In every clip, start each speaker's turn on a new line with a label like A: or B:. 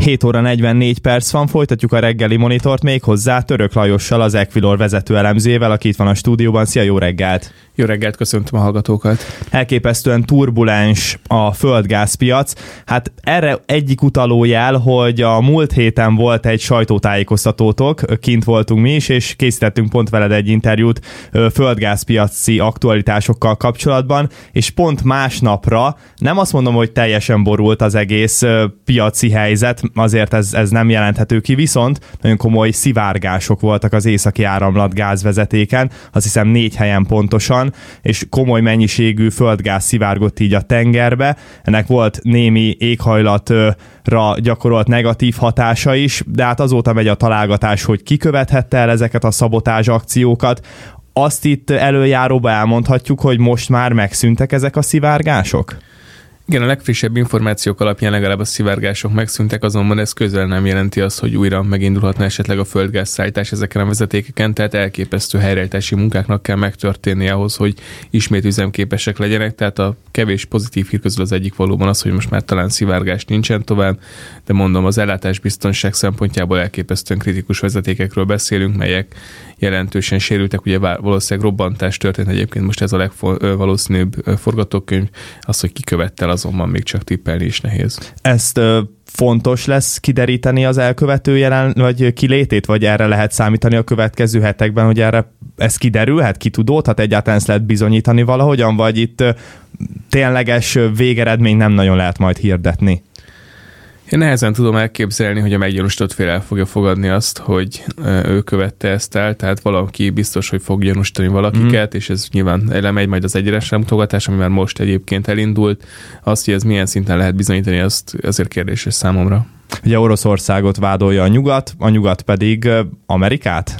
A: 7 óra 44 perc van, folytatjuk a reggeli monitort még hozzá Török Lajossal, az Equilor vezető elemzőjével, aki itt van a stúdióban. Szia, jó reggelt!
B: Jó reggelt, köszöntöm a hallgatókat!
A: Elképesztően turbulens a földgázpiac. Hát erre egyik utalójel, hogy a múlt héten volt egy sajtótájékoztatótok, kint voltunk mi is, és készítettünk pont veled egy interjút földgázpiaci aktualitásokkal kapcsolatban, és pont másnapra, nem azt mondom, hogy teljesen borult az egész piaci helyzet, azért ez nem jelenthető ki, viszont nagyon komoly szivárgások voltak az északi áramlat gázvezetéken, azt hiszem 4 helyen pontosan, és komoly mennyiségű földgáz szivárgott így a tengerbe. Ennek volt némi éghajlatra gyakorolt negatív hatása is, de hát azóta megy a találgatás, hogy ki követhette el ezeket a szabotázs akciókat. Azt itt előjáróba elmondhatjuk, hogy most már megszűntek ezek a szivárgások?
B: Igen, a legfrissebb információk alapján legalább a szivárgások megszűntek, azonban ez közel nem jelenti azt, hogy újra megindulhatna esetleg a földgázszállítás ezeken a vezetékeken, tehát elképesztő helyreállítási munkáknak kell megtörténni ahhoz, hogy ismét üzemképesek legyenek, tehát a kevés pozitív hír közül az egyik valóban az, hogy most már talán szivárgás nincsen tovább, de mondom, az ellátásbiztonság szempontjából elképesztően kritikus vezetékekről beszélünk, melyek jelentősen sérültek, ugye valószínűleg robbantás történt egyébként, most ez a legvalószínűbb forgatókönyv, az, hogy ki követte el, azonban még csak tippelni is nehéz.
A: Ezt fontos lesz kideríteni az elkövető vagy kilétét, vagy erre lehet számítani a következő hetekben, hogy erre ez kiderülhet, kitudódhat, egyáltalán ezt lehet bizonyítani valahogyan, vagy itt tényleges végeredmény nem nagyon lehet majd hirdetni?
B: Én nehezen tudom elképzelni, hogy a meggyanúsított fél el fogja fogadni azt, hogy ő követte ezt el, tehát valaki biztos, hogy fog gyanúsítani valakiket, és ez nyilván elemegy majd az egyenes mutogatás, ami már most egyébként elindult. Azt, hogy ez milyen szinten lehet bizonyítani, azt azért kérdéses számomra.
A: Ugye Oroszországot vádolja a nyugat pedig Amerikát?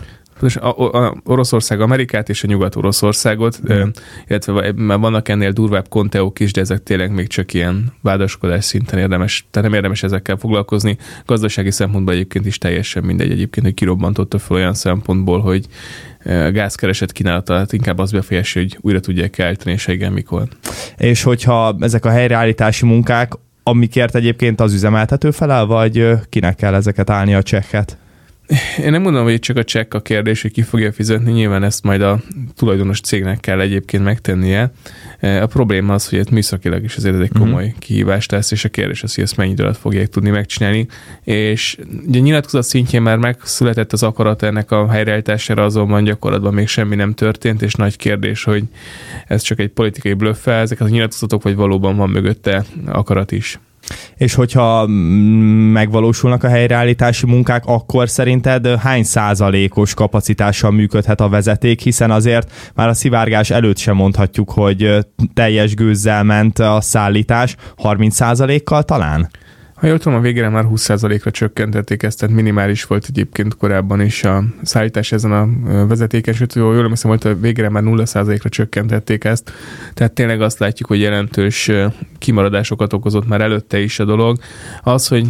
B: Oroszország Amerikát és a Nyugat-Oroszországot, illetve már vannak ennél durvább konteók is, de ezek tényleg még csak ilyen vádaskodás szinten érdemes, tehát nem érdemes ezekkel foglalkozni. Gazdasági szempontból egyébként is teljesen mindegy egyébként, hogy kirobbantotta fel olyan szempontból, hogy gázkereset kínálatát inkább az befolyásolja, hogy újra tudják állítani, és igen, mikor. És
A: hogyha ezek a helyreállítási munkák, amikért egyébként az üzemeltető felel, vagy kinek kell ezeket állni a csekket?
B: Én nem mondom, hogy csak a csekk a kérdés, hogy ki fogja fizetni, nyilván ezt majd a tulajdonos cégnek kell egyébként megtennie. A probléma az, hogy ez műszakilag is azért egy komoly kihívás lesz, és a kérdés az, hogy ezt mennyi alatt fogják tudni megcsinálni. És ugye nyilatkozat szintjén már megszületett az akarat ennek a helyreállítására, azonban gyakorlatban még semmi nem történt, és nagy kérdés, hogy ez csak egy politikai blöff-e, ezek a nyilatkozatok, vagy valóban van mögötte akarat is.
A: És hogyha megvalósulnak a helyreállítási munkák, akkor szerinted hány százalékos kapacitással működhet a vezeték, hiszen azért már a szivárgás előtt sem mondhatjuk, hogy teljes gőzzel ment a szállítás, 30%-kal talán?
B: Ha jól tudom, a végére már 20%-ra csökkentették ezt, tehát minimális volt egyébként korábban is a szállítás ezen a vezetéken, sőt, jól hiszem, hogy a végére már 0%-ra csökkentették ezt, tehát tényleg azt látjuk, hogy jelentős kimaradásokat okozott már előtte is a dolog. Az, hogy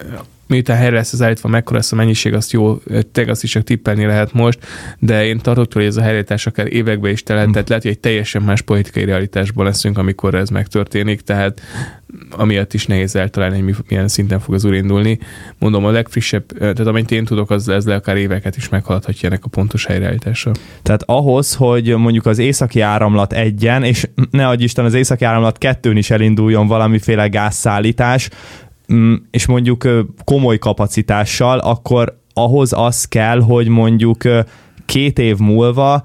B: miután helyre lesz az állítva, mekkora lesz a mennyiség, azt jó, tényleg azt is csak tippelni lehet most, de én tartok, hogy ez a helyreállítás akár évekbe is telhet, tehát lehet, hogy egy teljesen más politikai realitásban leszünk, amikor ez megtörténik, tehát amiatt is nehéz eltalálni, hogy milyen szinten fog az úr indulni. Mondom, a legfrissebb, tehát amennyit én tudok, az le akár éveket is meghaladhatja ennek a pontos helyreállítása.
A: Tehát ahhoz, hogy mondjuk az északi áramlat 1-en, és ne adj Isten, az északi áramlat 2-n is elinduljon valamiféle gázszállítás, és mondjuk komoly kapacitással, akkor ahhoz az kell, hogy mondjuk 2 év múlva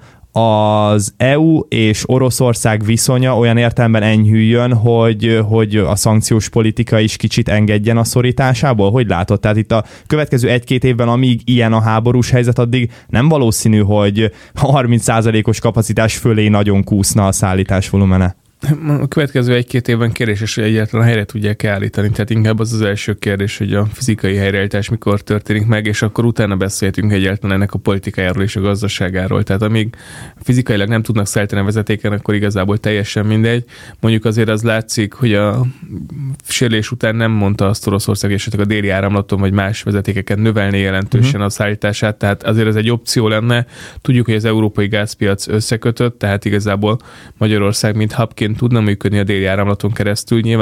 A: az EU és Oroszország viszonya olyan értelemben enyhüljön, hogy a szankciós politika is kicsit engedjen a szorításából? Hogy látod? Tehát itt a következő 1-2 évben, amíg ilyen a háborús helyzet, addig nem valószínű, hogy 30%-os kapacitás fölé nagyon kúszna a szállítás volumene.
B: A következő 1-2 évben kérdéses, hogy egyáltalán helyre tudják állítani. Tehát inkább az első kérdés, hogy a fizikai helyreállítás mikor történik meg, és akkor utána beszélhetünk egyáltalán ennek a politikájáról és a gazdaságáról. Tehát amíg fizikailag nem tudnak szállítani a vezetéken, akkor igazából teljesen mindegy. Mondjuk azért az látszik, hogy a sérülés után nem mondta azt Oroszország, esetleg a déli áramlaton vagy más vezetékeken növelni jelentősen a szállítását, tehát azért ez egy opció lenne. Tudjuk, hogy az európai gázpiac összekötött, tehát igazából Magyarország mint hubként tudna működni a déli áramlaton keresztül. Nyilván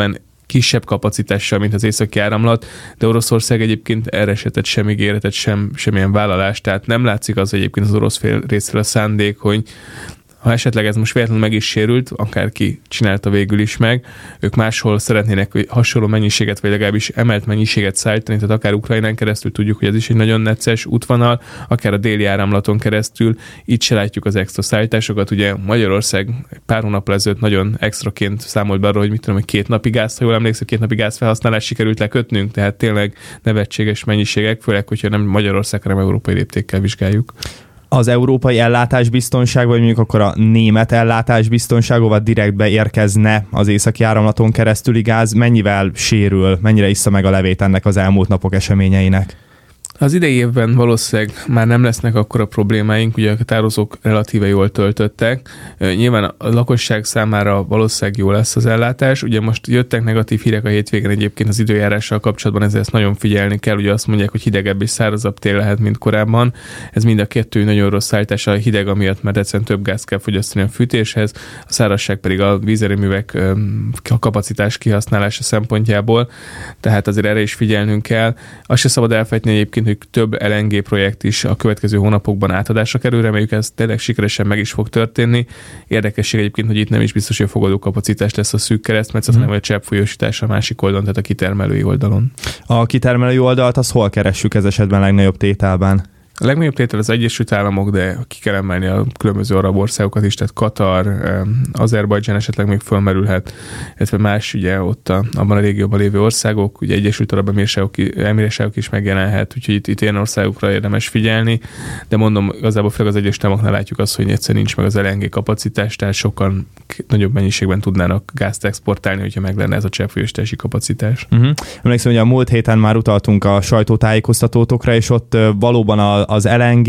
B: kisebb kapacitással, mint az északi áramlat, de Oroszország egyébként erre se tett sem ígéretet, semmilyen vállalást, tehát nem látszik az egyébként az orosz fél részről a szándék, hogy ha esetleg ez most véletlenül meg is sérült, akárki csinálta végül is meg, ők máshol szeretnének hasonló mennyiséget, vagy legalábbis emelt mennyiséget szállítani, tehát akár Ukrajnán keresztül tudjuk, hogy ez is egy nagyon necces útvonal, akár a déli áramlaton keresztül, itt se látjuk az extra szállításokat. Ugye Magyarország pár hónappal ezelőtt nagyon extraként számolt be arról, hogy mit tudom, hogy 2 napi gáz, ha jól emlékszem, 2 napi gázfelhasználást sikerült lekötnünk, tehát tényleg nevetséges mennyiségek, főleg, hogyha nem Magyarország, hanem európai léptékkel vizsgáljuk.
A: Az európai ellátásbiztonság, vagy mondjuk akkor a német ellátásbiztonság, vagy direktbe érkezne az északi áramlaton keresztüli gáz, mennyivel sérül, mennyire issza meg a levét ennek az elmúlt napok eseményeinek?
B: Az idei évben valószínűleg már nem lesznek akkora problémáink, ugye a tározók relatíve jól töltöttek. Nyilván a lakosság számára valószínűleg jó lesz az ellátás. Ugye most jöttek negatív hírek a hétvégén egyébként az időjárással kapcsolatban, ezért ezt nagyon figyelni kell. Ugye azt mondják, hogy hidegebb és szárazabb tél lehet, mint korábban. Ez mind a kettő nagyon rossz szállítás, a hideg amiatt, mert egyszerűen több gáz kell fogyasztani a fűtéshez, a szárazság pedig a vízerőművek kapacitás kihasználása szempontjából. Tehát azért erre is figyelnünk kell. Azt se szabad elfelejteni egyébként, hogy több LNG projekt is a következő hónapokban átadásra kerül, reméljük ez tényleg sikeresen meg is fog történni. Érdekesség egyébként, hogy itt nem is biztos, hogy a fogadókapacitás lesz a szűk keresztmetszet, hanem a cseppfolyósítás a másik oldalon, tehát a kitermelői oldalon.
A: A kitermelői oldalt az hol keressük ez esetben legnagyobb tételben?
B: A legnagyobb tétel az Egyesült Államok, de ki kell emelni a különböző arab országokat is, tehát Katar, Azerbajdzsán esetleg még fölmerülhet, illetve más ugye ott abban a régióban lévő országok, ugye Egyesült Arab Emirátusok is megjelenhet, úgyhogy itt ilyen országokra érdemes figyelni, de mondom, igazából főleg az Egyesült Államoknál látjuk azt, hogy egyszer nincs meg az LNG kapacitás, tehát sokkal nagyobb mennyiségben tudnának gázt exportálni, hogyha meg lenne ez a cseppfolyósítási kapacitás.
A: Emlékszem, hogy a múlt héten már utaltunk a sajtótájékoztatótokra, és ott valóban az LNG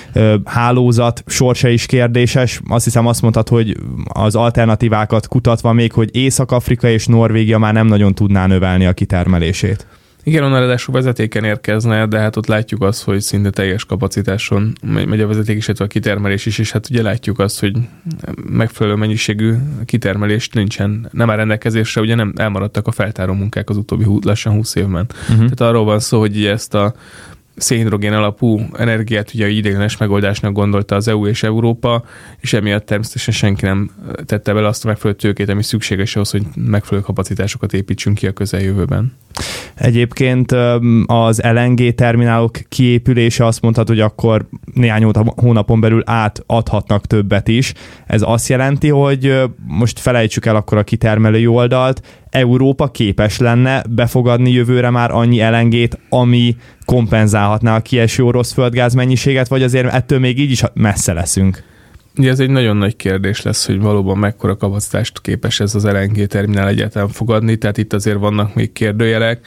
A: hálózat sorsa is kérdéses. Azt hiszem azt mondtad, hogy az alternatívákat kutatva még, hogy Észak-Afrika és Norvégia már nem nagyon tudná növelni a kitermelését.
B: Igen, onnan ráadásul vezetéken érkezne, de hát ott látjuk azt, hogy szinte teljes kapacitáson megy a vezeték is, illetve a kitermelés is, és hát ugye látjuk azt, hogy megfelelő mennyiségű kitermelés nincsen, nem áll rendelkezésre, ugye nem elmaradtak a feltáró munkák az utóbbi lassan 20 évben. Tehát arról van szó, hogy ezt a szénhidrogén alapú energiát ugye ideiglenes megoldásnak gondolta az EU és Európa, és emiatt természetesen senki nem tette bele azt a megfelelő tőkét, ami szükséges ahhoz, hogy megfelelő kapacitásokat építsünk ki a közeljövőben.
A: Egyébként az LNG terminálok kiépülése azt mondhatod, hogy akkor néhány hónapon belül átadhatnak többet is. Ez azt jelenti, hogy most felejtsük el akkor a kitermelői oldalt, Európa képes lenne befogadni jövőre már annyi LNG-t, ami kompenzálhatná a kieső orosz földgáz mennyiséget, vagy azért ettől még így is messze leszünk?
B: Ugye ez egy nagyon nagy kérdés lesz, hogy valóban mekkora kapacitást képes ez az LNG terminál egyáltalán fogadni, tehát itt azért vannak még kérdőjelek,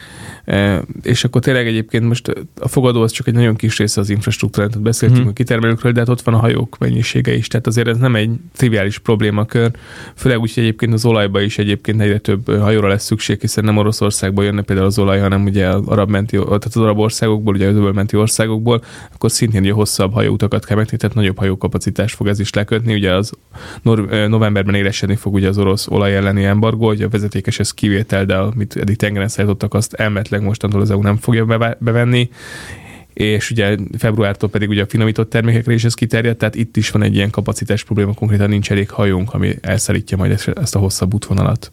B: és akkor tényleg egyébként most a fogadó az csak egy nagyon kis része az infrastruktúrát, beszéltünk a kitermelőkről, de hát ott van a hajók mennyisége is, tehát azért ez nem egy triviális problémakör, főleg úgy, hogy egyébként az olajba is egyébként egyre több hajóra lesz szükség, hiszen nem Oroszországból jönne például az olaj, hanem ugye az arab országokból, ugye az öbölmenti országokból, akkor szintén ugye hosszabb hajóutakat kell megtenni, tehát nagyobb hajókapacitást fog ez is lekötni, ugye az novemberben élesedni fog ugye az orosz olaj elleni embargó, hogy a vezetékes ez kivétel, de amit eddig tengeren szállítottak, azt elméletileg mostantól az EU nem fogja bevenni, és ugye februártól pedig ugye a finomított termékekre is ez kiterjed, tehát itt is van egy ilyen kapacitás probléma, konkrétan nincs elég hajónk, ami elszállítja majd ezt a hosszabb útvonalat.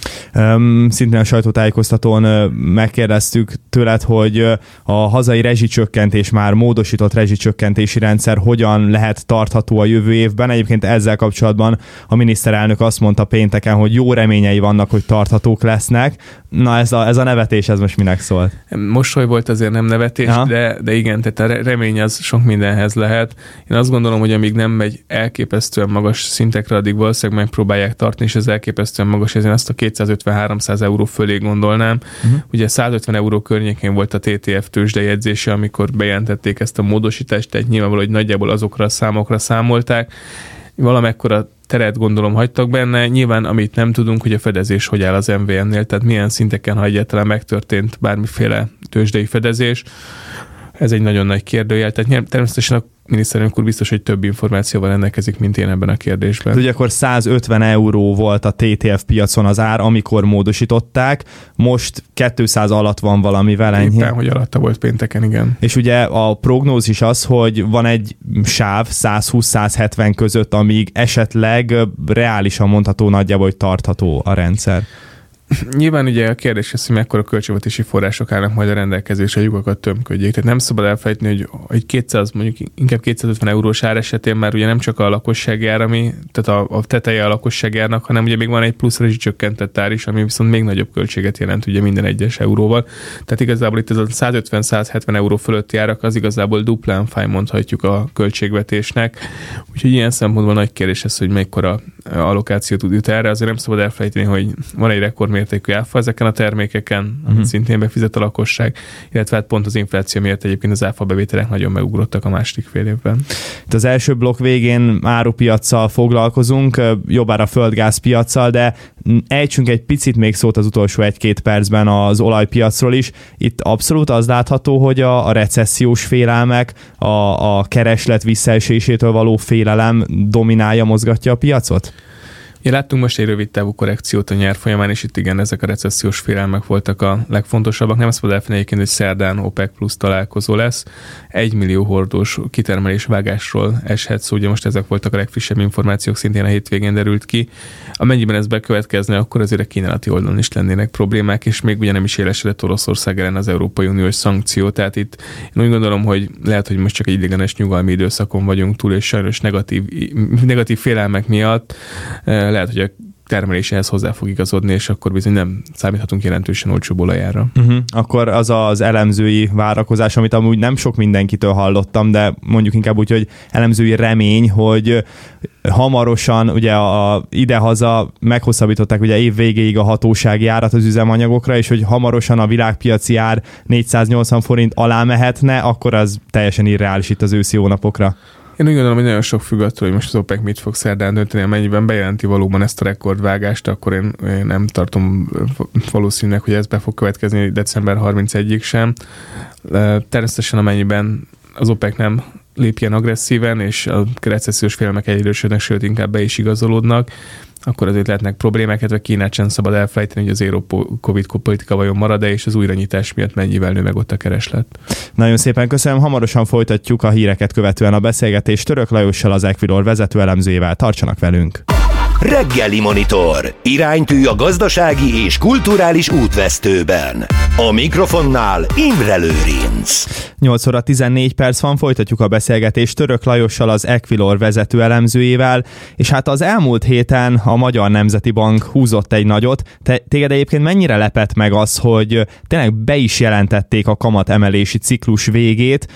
A: Szintén a sajtótájékoztatón megkérdeztük tőled, hogy a hazai rezsicsökkentés, már módosított rezsicsökkentési rendszer hogyan lehet tartható a jövő évben. Egyébként ezzel kapcsolatban a miniszterelnök azt mondta pénteken, hogy jó reményei vannak, hogy tarthatók lesznek. Na ez a nevetés, ez most minek szól?
B: Mosoly volt, azért nem nevetés, de igen, tehát a remény az sok mindenhez lehet. Én azt gondolom, hogy amíg nem megy elképesztően magas szintekre, addig valószínűleg megpróbálják tartani, és ez elképesztően magas, ezért azt a 250-300 euró fölé gondolnám. Ugye 150 euró környékén volt a TTF tőzsdejegyzése, amikor bejelentették ezt a módosítást, tehát nyilvánvaló, hogy nagyjából azokra a számokra számolták. Valamekkora teret gondolom hagytak benne. Nyilván, amit nem tudunk, hogy a fedezés hogy áll az MVM-nél, tehát milyen szinteken, ha egyáltalán megtörtént bármiféle tőzsdei fedezés. Ez egy nagyon nagy kérdőjel. Tehát természetesen a miniszterelnök úr biztos, hogy több információval rendelkezik, mint én ebben a kérdésben.
A: Ugye akkor 150 euró volt a TTF piacon az ár, amikor módosították, most 200 alatt van valamivel ennyi.
B: Éppen, hogy alatta volt pénteken, igen.
A: És ugye a prognózis az, hogy van egy sáv 120-170 között, amíg esetleg reálisan mondható nagyjából, hogy tartható a rendszer.
B: Nyilván ugye a kérdés az, hogy mekkora költségvetési források állnak majd a rendelkezésre, hogy lyukakat tömködjék. Tehát nem szabad elfelejteni, hogy 200, mondjuk inkább 250 eurós ár esetén már ugye nem csak a lakossági ár, tehát a teteje a lakossági árnak, hanem ugye még van egy plusz rezsicsökkentett ár is, ami viszont még nagyobb költséget jelent ugye minden egyes euróval. Tehát igazából itt ez a 150-170 euró fölötti árak az igazából duplán fáj, mondhatjuk a költségvetésnek. Úgyhogy ilyen szempontból nagy kérdés ez, hogy mekkora allokációt tud jut erre. Azért nem szabad elfelejteni, hogy van egy rekordmértékű áfa ezeken a termékeken, amit szintén befizet a lakosság, illetve hát pont az infláció miatt egyébként az áfa bevételek nagyon megugrottak a második fél évben.
A: Itt az első blokk végén árupiaccal foglalkozunk, jobbára a földgázpiaccal, de ejtsünk egy picit még szót az utolsó 1-2 percben az olajpiacról is. Itt abszolút az látható, hogy a recessziós félelmek, a kereslet visszaesésétől való félelem dominálja, mozgatja a piacot?
B: Láttunk most egy rövid távú korrekciót a nyár folyamán, és itt igen, ezek a recessziós félelmek voltak a legfontosabbak. Nem szabad elfelejteni egyébként, hogy szerdán OPEC plusz találkozó lesz. 1 millió hordós kitermelés vágásról eshet szó, ugye most ezek voltak a legfrissebb információk, szintén a hétvégén derült ki. Amennyiben ez bekövetkezne, akkor azért a kínálati oldalon is lennének problémák, és még ugye nem is élesedett Oroszország ellen az Európai Uniós szankció. Tehát itt én úgy gondolom, hogy lehet, hogy most csak egy idegenes nyugalmi időszakon vagyunk túl, és sajnos negatív félelmek miatt lehet, hogy a termeléséhez hozzá fog igazodni, és akkor bizony nem számíthatunk jelentősen olcsóbb olajára.
A: Akkor az az elemzői várakozás, amit amúgy nem sok mindenkitől hallottam, de mondjuk inkább úgy, hogy elemzői remény, hogy hamarosan ugye idehaza meghosszabbították ugye év végéig a hatósági árat az üzemanyagokra, és hogy hamarosan a világpiaci ár 480 forint alá mehetne, akkor az teljesen irreális itt az őszi hónapokra.
B: Én úgy gondolom, hogy nagyon sok függ attól, hogy most az OPEC mit fog szerdán dönteni, amennyiben bejelenti valóban ezt a rekordvágást, akkor én nem tartom valószínűleg, hogy ez be fog következni december 31-ig sem. Természetesen amennyiben az OPEC nem lépjen agresszíven, és a recessziós félelmek egyidősödnek, sőt inkább be is igazolódnak, akkor azért lehetnek problémák, illetve Kínát sem szabad elfelejteni, hogy az Zero-Covid politika vajon marad-e, és az újranyitás miatt mennyivel nő meg ott a kereslet.
A: Nagyon szépen köszönöm, hamarosan folytatjuk a híreket követően a beszélgetést Török Lajossal, az Equilor vezető elemzőjével. Tartsanak velünk!
C: Reggeli Monitor. Iránytű a gazdasági és kulturális útvesztőben. A mikrofonnál Imre Lőrinc.
A: 8 óra 14 perc van, folytatjuk a beszélgetést Török Lajossal, az Equilor vezető elemzőjével, és hát az elmúlt héten a Magyar Nemzeti Bank húzott egy nagyot. Téged egyébként mennyire lepett meg az, hogy tényleg be is jelentették a kamatemelési ciklus végét?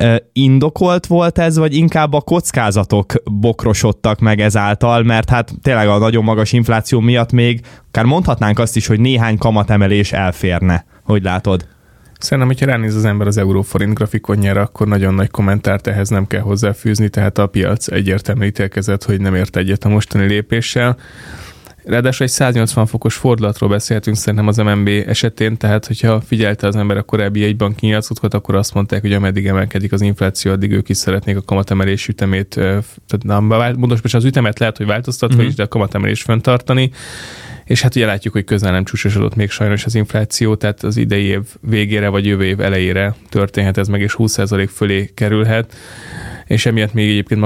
A: Indokolt volt ez, vagy inkább a kockázatok bokrosodtak meg ezáltal, mert hát tényleg a nagyon magas infláció miatt még akár mondhatnánk azt is, hogy néhány kamatemelés elférne. Hogy látod?
B: Szerintem, hogyha ránéz az ember az euró-forint grafikonjára, akkor nagyon nagy kommentárt ehhez nem kell hozzáfűzni, tehát a piac egyértelműen ítélkezett, hogy nem ért egyet a mostani lépéssel. Ráadásul egy 180 fokos fordulatról beszéltünk szerintem az MNB esetén, tehát hogyha figyelte az ember a korábbi jegybanki nyilatkozatokat, akkor azt mondták, hogy ameddig emelkedik az infláció, addig ők is szeretnék a kamatemelés ütemét, tehát az ütemet lehet, hogy változtatva is, de a kamatemelést fenntartani. És hát ugye látjuk, hogy közel nem csúcsosodott még sajnos az infláció, tehát az idei év végére vagy jövő év elejére történhet ez meg, és 20% fölé kerülhet, és emiatt még egyébként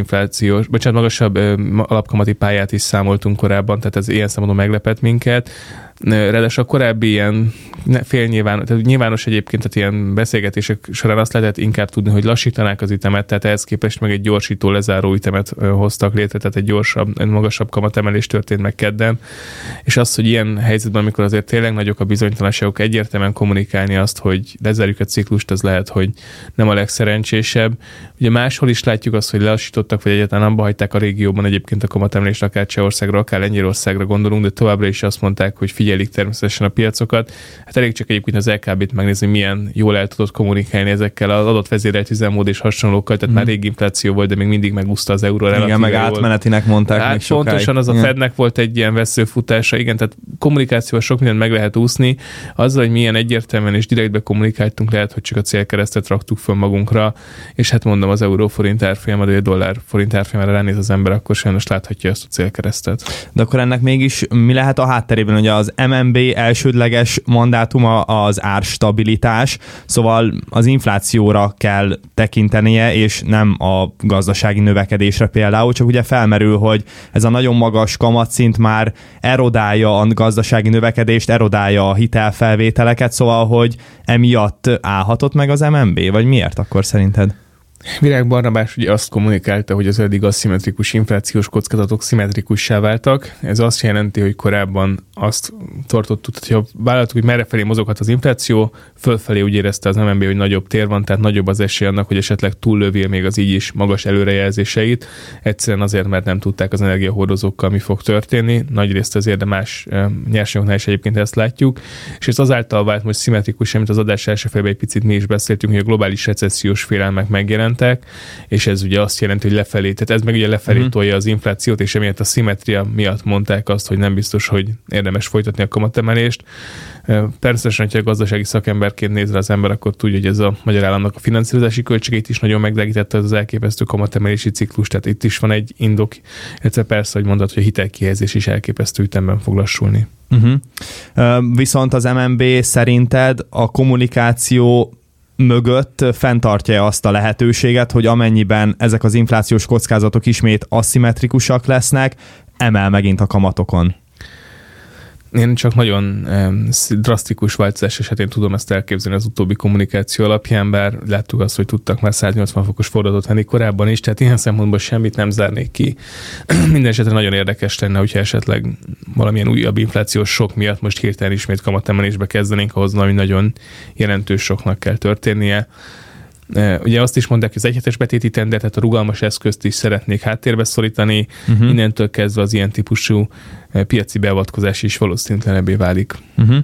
B: magasabb alapkamati pályát is számoltunk korábban, tehát ez ilyen szempontból meglepett minket. Ráadásul a korábbi ilyen tehát nyilvános egyébként, tehát ilyen beszélgetések során azt lehetett inkább tudni, hogy lassítanák az ütemet, tehát ehhez képest meg egy gyorsító lezáró ütemet hoztak létre, tehát egy egy magasabb kamatemelés történt meg kedden, és az, hogy ilyen helyzetben, amikor azért tényleg nagyok a bizonytalanságok, egyértelműen kommunikálni azt, hogy lezárjuk a ciklust, az lehet, hogy nem a legszerencsésebb. Ugye máshol is látjuk azt, hogy lelassítottak, vagy egyáltalán abba hagyták a régióban egyébként a kamatemelést, akár Csehországra, akár Lengyelországra gondolunk, de továbbra is azt mondták, hogy figyelik természetesen a piacokat. Hát elég csak egyébként az LKB-t megnézni, milyen jól el tudott kommunikálni ezekkel az adott vezérelt üzemmód és hasonlókkal, tehát már régi infláció volt, de még mindig megúszta az euró relatíve.
A: Igen, meg átmenetinek mondták
B: hát
A: még sokáig.
B: Pontosan az a Fednek volt egy ilyen veszőfutása, igen, tehát kommunikációval sok mindent meg lehet úszni. Azzal, hogy milyen egyértelműen és direktbe kommunikáltunk, lehet, hogy csak a célkeresztet raktuk föl magunkra, és hát mondom, az euró-forint árfolyam, vagy a dollár-forint árfolyamára ránéz az ember, akkor sajnos láthatja ezt a célkeresztet.
A: De akkor ennek mégis mi lehet a hátterében, hogy az MNB elsődleges mandátuma az árstabilitás, szóval az inflációra kell tekintenie, és nem a gazdasági növekedésre például, csak ugye felmerül, hogy ez a nagyon magas kamatszint már erodálja a gazdasági növekedést, erodálja a hitelfelvételeket, szóval, hogy emiatt állhatott meg az MNB, vagy miért akkor szerinted?
B: Virág Barnabás ugye azt kommunikálta, hogy az eddig aszimmetrikus inflációs kockázatok szimmetrikussá váltak. Ez azt jelenti, hogy korábban azt tartottuk, hogyha vállaltuk, hogy merrefelé mozoghat az infláció, fölfelé úgy érezte az MNB, hogy nagyobb tér van, tehát nagyobb az esély annak, hogy esetleg túllövél még az így is magas előrejelzéseit. Egyszerűen azért, mert nem tudták az energiahordozókkal, mi fog történni. Nagyrészt ezért, de más nyersanyagoknál is egyébként ezt látjuk. És ez azáltal vált most szimmetrikus, amit az adás első felében egy picit mi is beszéltünk, hogy a globális recessziós félelmek megjelent, és ez ugye azt jelenti, hogy lefelé, tehát ez meg ugye lefelé tolja az inflációt, és emiatt a szimmetria miatt mondták azt, hogy nem biztos, hogy érdemes folytatni a kamatemelést. Természetesen, hogyha a gazdasági szakemberként néz rá az ember, akkor tudja, hogy ez a magyar államnak a finanszírozási költségét is nagyon megdrágította az elképesztő kamatemelési ciklus, tehát itt is van egy indok, illetve persze, hogy mondod, hogy a hitelkihelyezés is elképesztő ütemben fog lassulni.
A: Viszont az MNB szerinted a kommunikáció mögött fenntartja azt a lehetőséget, hogy amennyiben ezek az inflációs kockázatok ismét aszimmetrikusak lesznek, emel megint a kamatokon?
B: Én csak nagyon drasztikus változás esetén tudom ezt elképzelni az utóbbi kommunikáció alapján, bár láttuk azt, hogy tudtak már 180 fokos fordulatot venni korábban is, tehát ilyen szempontból semmit nem zárnék ki. Minden esetre nagyon érdekes lenne, hogyha esetleg valamilyen újabb inflációs sok miatt most hirtelen ismét kamatemelésbe kezdenénk, ahhoz valami nagyon jelentős soknak kell történnie. Ugye azt is mondták, hogy az egyhetes betéti tender, tehát a rugalmas eszközt is szeretnék háttérbe szorítani, innentől kezdve az ilyen típusú piaci beavatkozás is valószínűtlenebbé válik.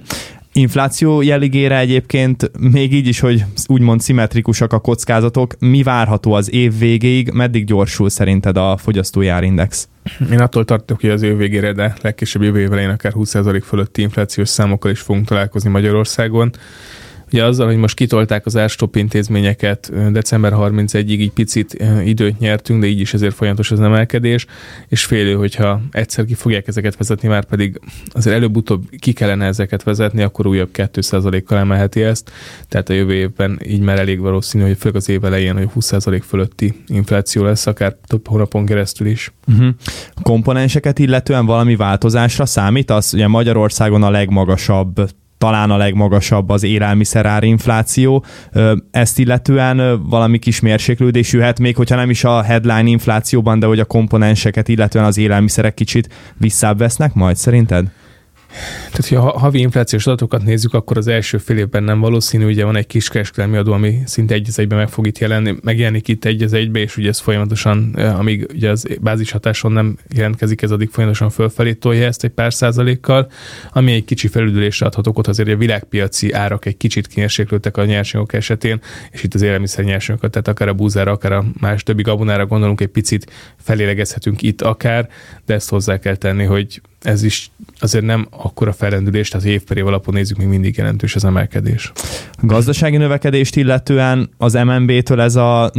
A: Infláció jelligére egyébként még így is, hogy úgymond szimmetrikusak a kockázatok, mi várható az év végéig, meddig gyorsul szerinted a fogyasztói árindex?
B: Én attól tartok, hogy az év végére, de legkésőbb jövő év elején akár 20% fölötti inflációs számokkal is fogunk találkozni Magyarországon. Ugye azzal, hogy most kitolták az árstop intézményeket, december 31-ig így picit időt nyertünk, de így is ezért folyamatos az emelkedés, és félő, hogyha egyszer ki fogják ezeket vezetni, már pedig azért előbb-utóbb ki kellene ezeket vezetni, akkor újabb 2%-kal emelheti ezt. Tehát a jövő évben így már elég valószínű, hogy főleg az év elején, hogy 20% fölötti infláció lesz, akár több hónapon keresztül is.
A: A komponenseket illetően valami változásra számít? Az ugye Magyarországon a legmagasabb, talán a legmagasabb az élelmiszerár infláció. Ezt illetően valami kis mérséklődés jöhet, még hogyha nem is a headline inflációban, de hogy a komponenseket illetően az élelmiszerek kicsit visszább vesznek majd szerinted?
B: Tehát, ha a havi inflációs adatokat nézzük, akkor az első fél évben nem valószínű, ugye van egy kis kereskedelmi adó, ami szinte egy az egyben meg fog itt jelenni, megjelenik itt egy az egybe, és ugye ez folyamatosan, amíg ugye az bázis hatáson nem jelentkezik, ez addig folyamatosan fölfelé tolja ezt egy pár százalékkal, ami egy kicsi felüldülésre adhat okot, azért a világpiaci árak egy kicsit kimérséklődtek a nyersanyagok esetén, és itt az élelmiszer nyersanyagokat, tehát akár a búzára, akár a más többi gabonára gondolunk, egy picit felélegezhetünk itt akár, de ezt hozzá kell tenni, hogy ez is azért nem akkora felrendülés, tehát év per év alapon nézzük, még mindig jelentős az emelkedés.
A: A gazdasági növekedést illetően az MNB-től ez a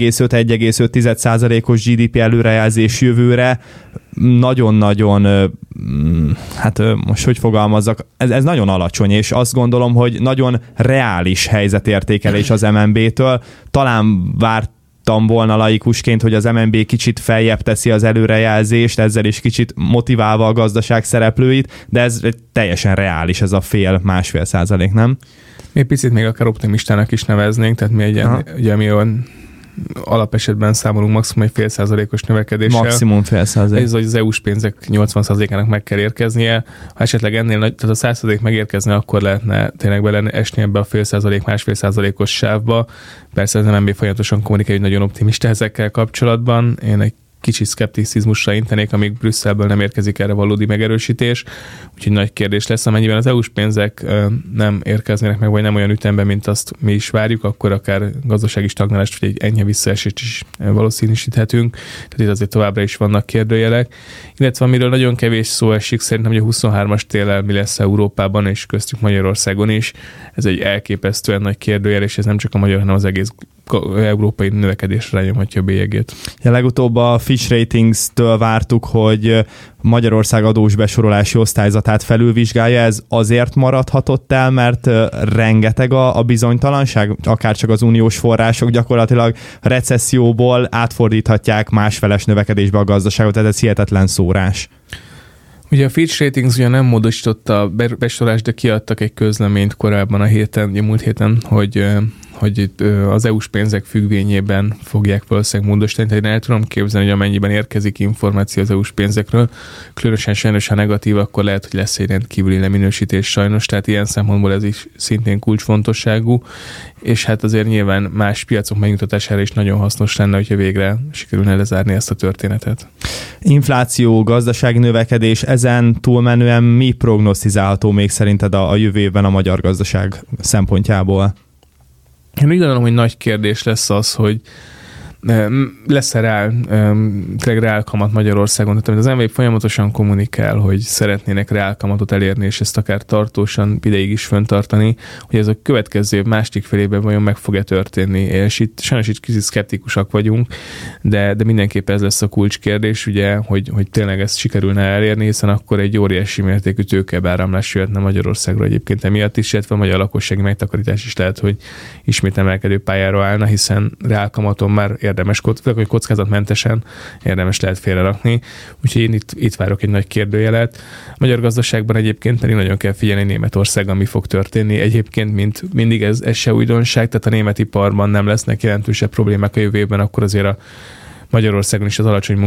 A: 0,5-1,5%-os GDP előrejelzés jövőre nagyon-nagyon, hát most hogy fogalmazzak, ez nagyon alacsony, és azt gondolom, hogy nagyon reális helyzetértékelés az MNB-től. Talán vártam volna laikusként, hogy az MNB kicsit feljebb teszi az előrejelzést, ezzel is kicsit motiválva a gazdaság szereplőit, de ez teljesen reális, ez a 1,5-1,5%, nem?
B: Mi picit még akár optimistának is neveznénk, tehát mi ugye mi olyan alapesetben számolunk maximum egy 0,5%-os növekedéssel.
A: Maximum 0,5%.
B: Ez, hogy az EU-s pénzek 80%-ának meg kell érkeznie. Ha esetleg ennél nagy, tehát a 100% megérkezne, akkor lehetne tényleg bele esni ebbe a 0,5%-1,5%-os sávba. Persze az MNB folyamatosan kommunikálja, hogy nagyon optimista ezekkel kapcsolatban. Én egy kicsi szkepticizmusra intenék, amíg Brüsszelből nem érkezik erre valódi megerősítés. Úgyhogy nagy kérdés lesz, amennyiben az EU-s pénzek nem érkeznének meg, vagy nem olyan ütemben, mint azt mi is várjuk, akkor akár gazdasági stagnálást, vagy egy enyhe visszaesést is valószínűsíthetünk. Tehát itt azért továbbra is vannak kérdőjelek. Illetve amiről nagyon kevés szó esik, szerintem, hogy a 23-as téllel mi lesz Európában, és köztük Magyarországon is. Ez egy elképesztően nagy kérdőjel, és ez nem csak a magyar, hanem az egész európai növekedésre rányomhatja a bélyegét.
A: Ja, legutóbb a Fitch Ratings-től vártuk, hogy Magyarország adós besorolási osztályzatát felülvizsgálja. Ez azért maradhatott el, mert rengeteg a bizonytalanság, akár csak az uniós források gyakorlatilag recesszióból átfordíthatják másfeles növekedésbe a gazdaságot, tehát ez hihetetlen szórás.
B: Ugye a Fitch Ratings ugye nem módosította a besorolást, de kiadtak egy közleményt korábban a múlt héten, hogy az EU-s pénzek függvényében fogják valószínűleg módosítani. Tehát én el tudom képzelni, hogy amennyiben érkezik információ az EU-s pénzekről, különösen sajnos, ha negatív, akkor lehet, hogy lesz egy rendkívüli leminősítés sajnos, tehát ilyen szempontból ez is szintén kulcsfontosságú, és hát azért nyilván más piacok megnyugtatására is nagyon hasznos lenne, hogyha végre sikerülne lezárni ezt a történetet.
A: Infláció, gazdasági növekedés, ezen túlmenően mi prognosztizálható még szerinted a jövő évben a magyar gazdaság szempontjából?
B: Én úgy gondolom, hogy nagy kérdés lesz az, hogy lesz-e reál kamat Magyarországon. Tehát az MVB folyamatosan kommunikál, hogy szeretnének reál kamatot elérni, és ezt akár tartósan ideig is fenntartani, hogy ez a következő év második felében vajon meg fog-e történni. És sajnos itt kicsit szkeptikusak vagyunk, de mindenképp ez lesz a kulcskérdés, ugye, hogy tényleg ezt sikerülne elérni, hiszen akkor egy óriási mértékű tőkebeáramlás jöhetne Magyarországra egyébként emiatt is, illetve a magyar lakossági megtakarítás is lehet, hogy ismét emelkedő pályára állna, hiszen reál kamaton már érdemes, hogy kockázatmentesen érdemes lehet félrerakni. Úgyhogy én itt várok egy nagy kérdőjelet. A magyar gazdaságban egyébként pedig nagyon kell figyelni Németországban, mi fog történni. Egyébként, mint mindig ez se újdonság, tehát a német iparban nem lesznek jelentősebb problémák a jövő évben, akkor azért a Magyarországon is az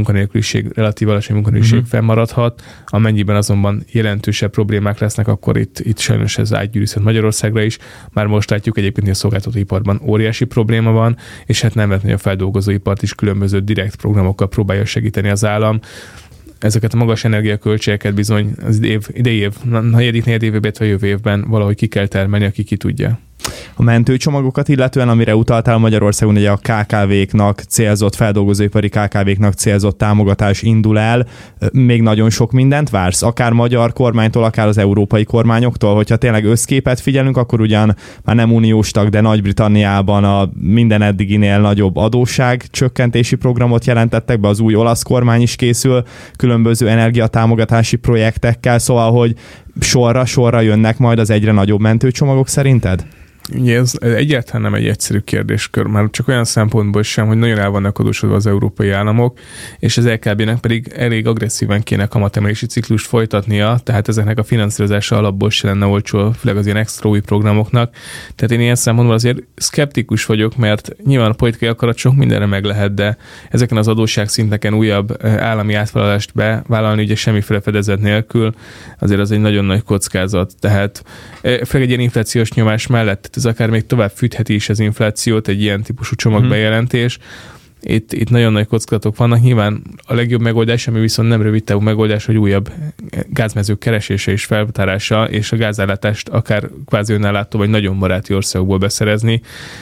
B: relatív alacsony munkanélküliség fennmaradhat, amennyiben azonban jelentősebb problémák lesznek, akkor itt sajnos ez átgyűrűzhet Magyarországra is. Már most látjuk egyébként, hogy a szolgáltatóiparban óriási probléma van, és hát nem vetni a feldolgozóipart is különböző direkt programokkal próbálja segíteni az állam. Ezeket a magas energiaköltségeket bizony az idei év, negyedik évben, vagy jövő évben valahogy ki kell termelni, aki ki tudja.
A: A mentőcsomagokat illetően, amire utaltál, Magyarországon ugye a KKV-knak célzott, feldolgozóipari KKV-knak célzott támogatás indul el. Még nagyon sok mindent vársz, akár magyar kormánytól, akár az európai kormányoktól, hogyha tényleg összképet figyelünk, akkor ugyan már nem uniós tag, de Nagy-Britanniában a minden eddiginél nagyobb adósság csökkentési programot jelentettek be, az új olasz kormány is készül különböző energiatámogatási projektekkel, szóval, hogy sorra jönnek majd az egyre nagyobb mentőcsomagok szerinted?
B: Ugye ez egyáltalán nem egy egyszerű kérdéskör, már csak olyan szempontból sem, hogy nagyon el vannak adósodva az európai államok, és az LKB-nek pedig elég agresszíven kéne kamatemelési ciklust folytatnia, tehát ezeknek a finanszírozása alapból se lenne olcsó, főleg az ilyen extra új programoknak. Tehát én ilyen szempontból azért szkeptikus vagyok, mert nyilván a politikai akarat sok mindenre meg lehet, de ezeken az adósságszinteken újabb állami átvállalást bevállalni, ugye semmiféle fedezet nélkül, azért az egy nagyon nagy kockázat. Tehát főleg egy ilyen inflációs nyomás mellett ez akár még tovább fűtheti is az inflációt, egy ilyen típusú csomagbejelentés. Itt nagyon nagy kockázatok vannak. Nyilván a legjobb megoldás, ami viszont nem rövid távú megoldás, hogy újabb gázmezők keresése és feltárása, és a gázellátást akár kvázi önállátó vagy nagyon baráti országokból beszerezni.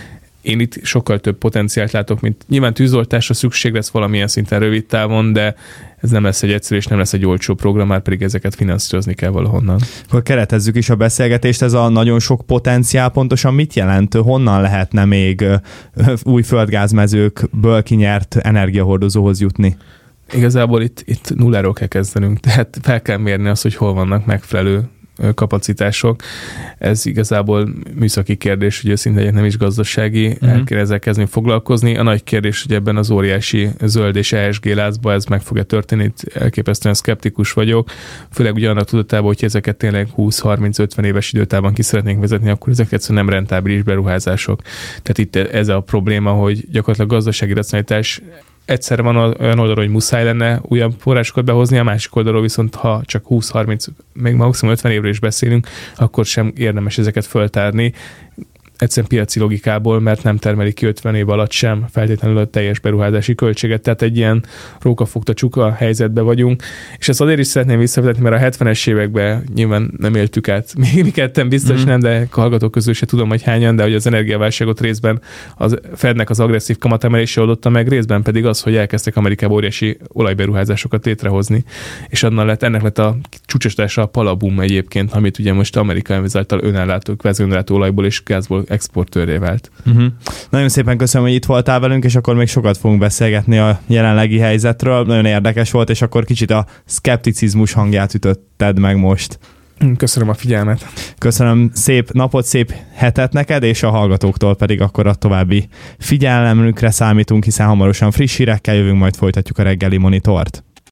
B: Én itt sokkal több potenciált látok, mint nyilván tűzoltásra szükség lesz valamilyen szinten rövid távon, de ez nem lesz egy egyszerű és nem lesz egy olcsó program, már pedig ezeket finanszírozni kell valahonnan.
A: Akkor keretezzük is a beszélgetést, ez a nagyon sok potenciál pontosan mit jelent? Honnan lehetne még új földgázmezőkből kinyert energiahordozóhoz jutni?
B: Igazából itt nulláról kell kezdenünk, tehát fel kell mérni azt, hogy hol vannak megfelelő kapacitások. Ez igazából műszaki kérdés, hogy őszintén nem is gazdasági, el kell ezzel kezdeni foglalkozni. A nagy kérdés, hogy ebben az óriási zöld és ESG láncban ez meg fog-e történni, itt elképesztően szkeptikus vagyok, főleg ugye annak tudatában, hogy ezeket tényleg 20-30-50 éves időtávon ki szeretnénk vezetni, akkor ezek egyszerűen nem rentábilis beruházások. Tehát itt ez a probléma, hogy gyakorlatilag gazdasági racionalitás egyszerre van olyan oldalról, hogy muszáj lenne újabb forrásokat behozni, a másik oldalról viszont, ha csak 20-30, még maximum 50 évről is beszélünk, akkor sem érdemes ezeket föltárni. egyszerűen piaci logikából, mert nem termelik ki 50 év alatt sem feltétlenül a teljes beruházási költséget. Tehát egy ilyen rókafogta csuka helyzetbe vagyunk. És ezt azért is szeretném visszavezetni, mert a 70-es években nyilván nem éltük át. Mi ketten biztos nem, de hallgatók közül se tudom, hogy hányan, de hogy az energiaválságot részben az Fednek az agresszív kamatemelése oldotta meg, részben pedig az, hogy elkezdtek Amerikában óriási olajberuházásokat létrehozni. És ennek lett a csúcsosítása a palabum egyébként, amit ugye most Amerika ezáltal önellátó, kvázi önellátó olajból és gázból exportőré vált.
A: Nagyon szépen köszönöm, hogy itt voltál velünk, és akkor még sokat fogunk beszélgetni a jelenlegi helyzetről. Nagyon érdekes volt, és akkor kicsit a szkepticizmus hangját ütötted meg most.
B: Köszönöm a figyelmet.
A: Köszönöm, szép napot, szép hetet neked, és a hallgatóktól pedig akkor a további figyelemükre számítunk, hiszen hamarosan friss hírekkel jövünk, majd folytatjuk a reggeli monitort.